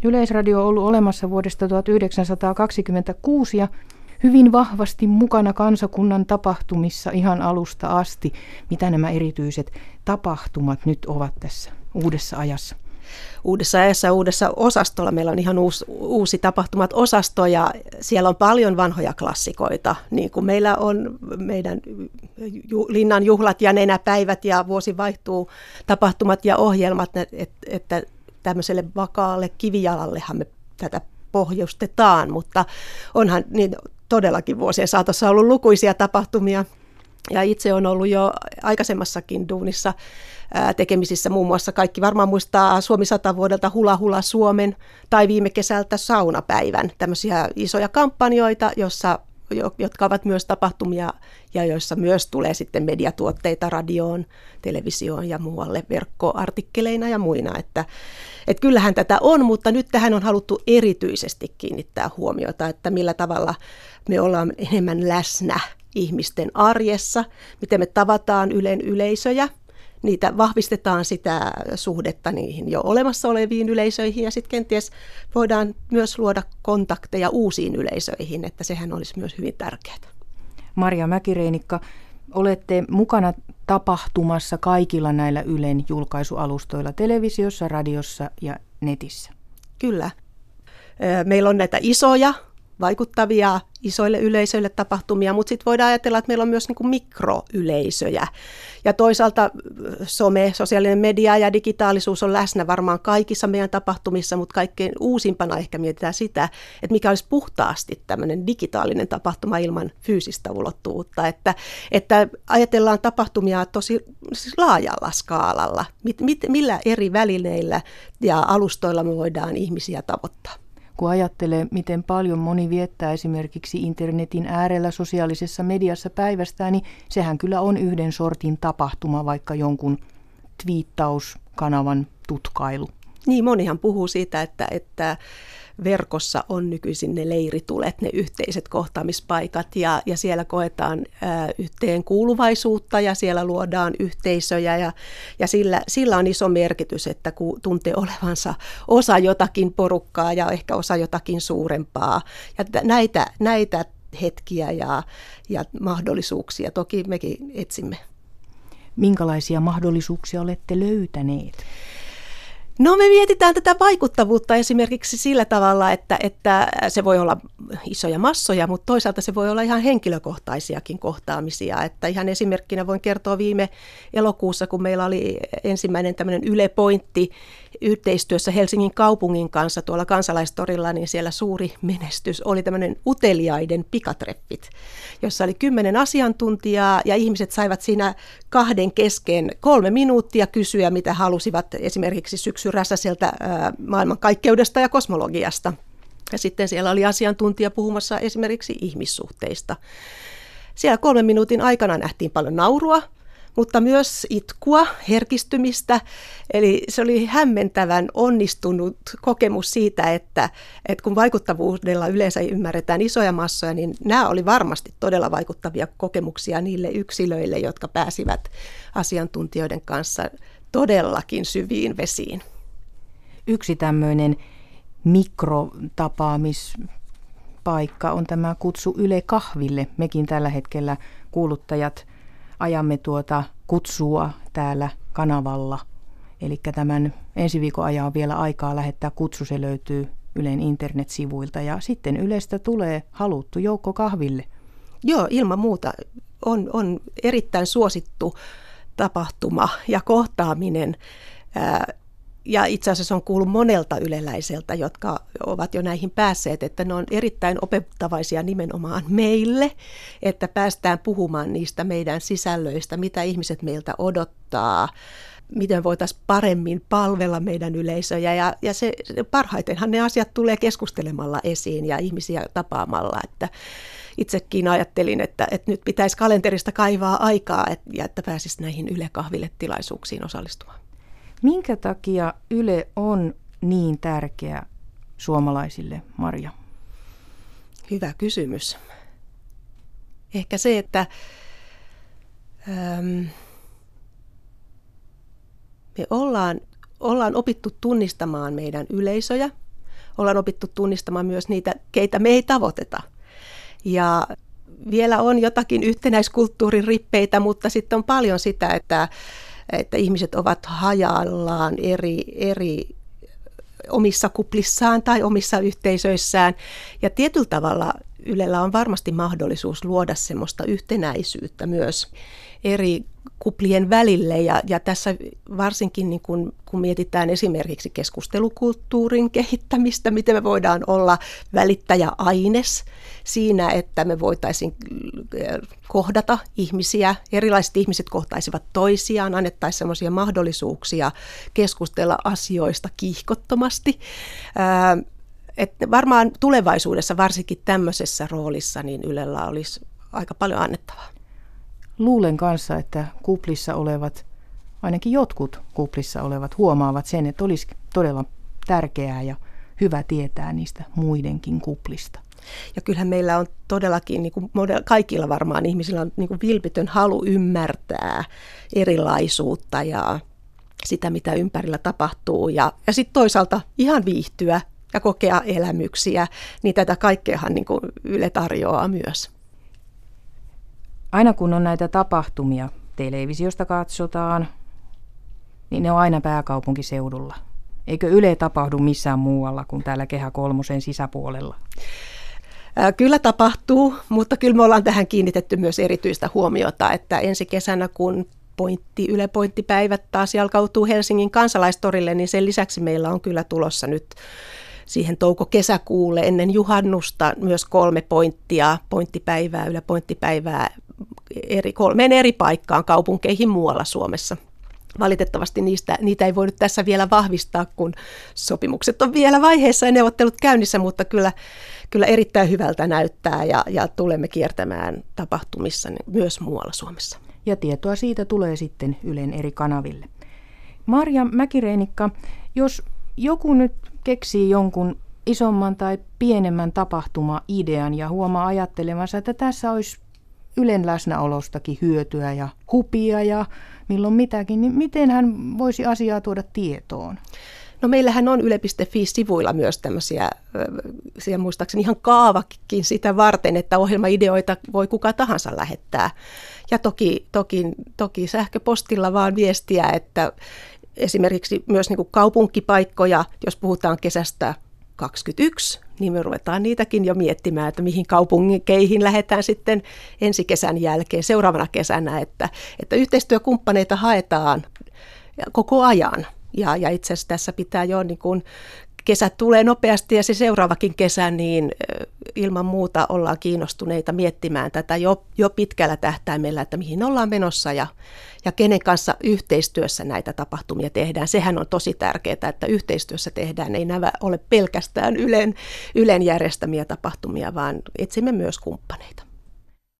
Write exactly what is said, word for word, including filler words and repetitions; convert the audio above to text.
Yleisradio on ollut olemassa vuodesta tuhatyhdeksänsataakaksikymmentäkuusi ja hyvin vahvasti mukana kansakunnan tapahtumissa ihan alusta asti. Mitä nämä erityiset tapahtumat nyt ovat tässä uudessa ajassa? Uudessa ajassa ja uudessa osastolla meillä on ihan uusi, uusi tapahtumat-osasto ja siellä on paljon vanhoja klassikoita, niin kuin meillä on meidän ju, linnan juhlat ja nenäpäivät ja vuosi vaihtuu tapahtumat ja ohjelmat, että, että tämmöiselle vakaalle kivijalallehan me tätä pohjustetaan, mutta onhan niin todellakin vuosien saatossa ollut lukuisia tapahtumia. Ja itse on ollut jo aikaisemmassakin duunissa ää, tekemisissä, muun muassa kaikki varmaan muistaa Suomi sata vuodelta Hula Hula Suomen tai viime kesältä Saunapäivän, tämmöisiä isoja kampanjoita, jossa, jotka ovat myös tapahtumia ja joissa myös tulee sitten mediatuotteita radioon, televisioon ja muualle verkkoartikkeleina ja muina. Että, että kyllähän tätä on, mutta nyt tähän on haluttu erityisesti kiinnittää huomiota, että millä tavalla me ollaan enemmän läsnä ihmisten arjessa, miten me tavataan Ylen yleisöjä, niitä vahvistetaan sitä suhdetta niihin jo olemassa oleviin yleisöihin ja sitten kenties voidaan myös luoda kontakteja uusiin yleisöihin, että sehän olisi myös hyvin tärkeää. Marja Mäkireinikka, olette mukana tapahtumassa kaikilla näillä Ylen julkaisualustoilla televisiossa, radiossa ja netissä. Kyllä. Meillä on näitä isoja, vaikuttavia isoille yleisöille tapahtumia, mutta sitten voidaan ajatella, että meillä on myös niin kuin mikroyleisöjä. Ja toisaalta some, sosiaalinen media ja digitaalisuus on läsnä varmaan kaikissa meidän tapahtumissa, mutta kaikkein uusimpana ehkä mietitään sitä, että mikä olisi puhtaasti tämmöinen digitaalinen tapahtuma ilman fyysistä ulottuvuutta. Että, että ajatellaan tapahtumia tosi siis laajalla skaalalla, mit, mit, millä eri välineillä ja alustoilla me voidaan ihmisiä tavoittaa. Kun ajattelee, miten paljon moni viettää esimerkiksi internetin äärellä sosiaalisessa mediassa päivästään, niin sehän kyllä on yhden sortin tapahtuma, vaikka jonkun twiittauskanavan tutkailu. Niin, monihan puhuu siitä, että, että verkossa on nykyisin ne leiritulet, ne yhteiset kohtaamispaikat ja, ja siellä koetaan ää, yhteenkuuluvaisuutta ja siellä luodaan yhteisöjä ja, ja sillä, sillä on iso merkitys, että kun tuntee olevansa osa jotakin porukkaa ja ehkä osa jotakin suurempaa ja näitä, näitä hetkiä ja, ja mahdollisuuksia toki mekin etsimme. Minkälaisia mahdollisuuksia olette löytäneet? No me mietitään tätä vaikuttavuutta esimerkiksi sillä tavalla, että, että se voi olla isoja massoja, mutta toisaalta se voi olla ihan henkilökohtaisiakin kohtaamisia. Että ihan esimerkkinä voin kertoa viime elokuussa, kun meillä oli ensimmäinen tämmöinen Yle Pointti yhteistyössä Helsingin kaupungin kanssa tuolla Kansalaistorilla, niin siellä suuri menestys oli tämmöinen uteliaiden pikatreffit, jossa oli kymmenen asiantuntijaa ja ihmiset saivat siinä kahden kesken kolme minuuttia kysyä, mitä halusivat esimerkiksi Syksy Räsäseltä maailmankaikkeudesta ja kosmologiasta. Ja sitten siellä oli asiantuntija puhumassa esimerkiksi ihmissuhteista. Siellä kolmen minuutin aikana nähtiin paljon naurua, mutta myös itkua, herkistymistä. Eli se oli hämmentävän onnistunut kokemus siitä, että, että kun vaikuttavuudella yleensä ymmärretään isoja massoja, niin nämä oli varmasti todella vaikuttavia kokemuksia niille yksilöille, jotka pääsivät asiantuntijoiden kanssa todellakin syviin vesiin. Yksi tämmöinen mikrotapaamispaikka on tämä kutsu Yle Kahville. Mekin tällä hetkellä kuuluttajat ajamme tuota kutsua täällä kanavalla. Eli tämän ensi viikon ajan on vielä aikaa lähettää kutsu, se löytyy Ylen internetsivuilta ja sitten Ylestä tulee haluttu joukko kahville. Joo, ilman muuta on, on erittäin suosittu tapahtuma ja kohtaaminen. Ja itse asiassa on kuullut monelta yleläiseltä, jotka ovat jo näihin päässeet, että ne on erittäin opettavaisia nimenomaan meille, että päästään puhumaan niistä meidän sisällöistä, mitä ihmiset meiltä odottaa, miten voitaisiin paremmin palvella meidän yleisöjä. Ja, ja se, parhaitenhan ne asiat tulee keskustelemalla esiin ja ihmisiä tapaamalla, että itsekin ajattelin, että, että nyt pitäisi kalenterista kaivaa aikaa et, ja että pääsisi näihin Yle Kahville tilaisuuksiin osallistumaan. Minkä takia Yle on niin tärkeä suomalaisille, Marja? Hyvä kysymys. Ehkä se, että ähm, me ollaan, ollaan opittu tunnistamaan meidän yleisöjä. ollaan opittu tunnistamaan myös niitä, keitä me ei tavoiteta. Ja vielä on jotakin yhtenäiskulttuurin rippeitä, mutta sitten on paljon sitä, että, että ihmiset ovat hajallaan eri, eri omissa kuplissaan tai omissa yhteisöissään. Ja tietyllä tavalla Ylellä on varmasti mahdollisuus luoda semmoista yhtenäisyyttä myös eri kuplien välille. Ja, ja tässä varsinkin niin kun, kun mietitään esimerkiksi keskustelukulttuurin kehittämistä, miten me voidaan olla välittäjäaines siinä, että me voitaisiin kohdata ihmisiä, erilaiset ihmiset kohtaisivat toisiaan, annettaisiin semmoisia mahdollisuuksia keskustella asioista kiihkottomasti. Ää, että varmaan tulevaisuudessa varsinkin tämmöisessä roolissa niin Ylellä olisi aika paljon annettavaa. Luulen kanssa, että kuplissa olevat, ainakin jotkut kuplissa olevat huomaavat sen, että olisi todella tärkeää ja hyvä tietää niistä muidenkin kuplista. Ja kyllähän meillä on todellakin, niin kuin kaikilla varmaan ihmisillä on niin kuin vilpitön halu ymmärtää erilaisuutta ja sitä, mitä ympärillä tapahtuu. Ja, ja sitten toisaalta ihan viihtyä ja kokea elämyksiä, niin tätä kaikkeahan niin kuin Yle tarjoaa myös. Aina kun on näitä tapahtumia, televisiosta katsotaan, niin ne on aina pääkaupunkiseudulla. Eikö Yle tapahdu missään muualla kuin täällä Kehä Kolmosen sisäpuolella? Kyllä tapahtuu, mutta kyllä me ollaan tähän kiinnitetty myös erityistä huomiota, että ensi kesänä kun pointti, Yle Pointtipäivät taas jalkautuu Helsingin Kansalaistorille, niin sen lisäksi meillä on kyllä tulossa nyt siihen touko-kesäkuulle ennen juhannusta myös kolme pointtia, pointtipäivää, Yle Pointtipäivää eri, kolmeen eri paikkaan kaupunkeihin muualla Suomessa. Valitettavasti niistä, niitä ei voinut tässä vielä vahvistaa, kun sopimukset on vielä vaiheessa ja neuvottelut käynnissä, mutta kyllä, kyllä erittäin hyvältä näyttää ja, ja tulemme kiertämään tapahtumissa myös muualla Suomessa. Ja tietoa siitä tulee sitten Ylen eri kanaville. Marja Mäkireinikka, jos joku nyt keksii jonkun isomman tai pienemmän tapahtuma-idean ja huomaa ajattelevansa, että tässä olisi Ylen läsnäolostakin hyötyä ja hupia ja milloin mitäkin, niin miten hän voisi asiaa tuoda tietoon? No meillähän on yle piste fi-sivuilla myös tämmöisiä, siellä muistaakseni ihan kaavakin sitä varten, että ohjelmaideoita voi kuka tahansa lähettää. Ja toki, toki, toki sähköpostilla vaan viestiä, että esimerkiksi myös niin kuin kaupunkipaikkoja, jos puhutaan kesästä kaksikymmentäyksi, niin me ruvetaan niitäkin jo miettimään, että mihin kaupunkeihin lähdetään sitten ensi kesän jälkeen, seuraavana kesänä, että, että yhteistyökumppaneita haetaan koko ajan. Ja, ja itse asiassa tässä pitää jo, niin kun kesät tulee nopeasti ja se seuraavakin kesä, niin ilman muuta ollaan kiinnostuneita miettimään tätä jo, jo pitkällä tähtäimellä, että mihin ollaan menossa ja, ja kenen kanssa yhteistyössä näitä tapahtumia tehdään. Sehän on tosi tärkeää, että yhteistyössä tehdään. Ei nämä ole pelkästään Ylen, Ylen järjestämiä tapahtumia, vaan etsimme myös kumppaneita.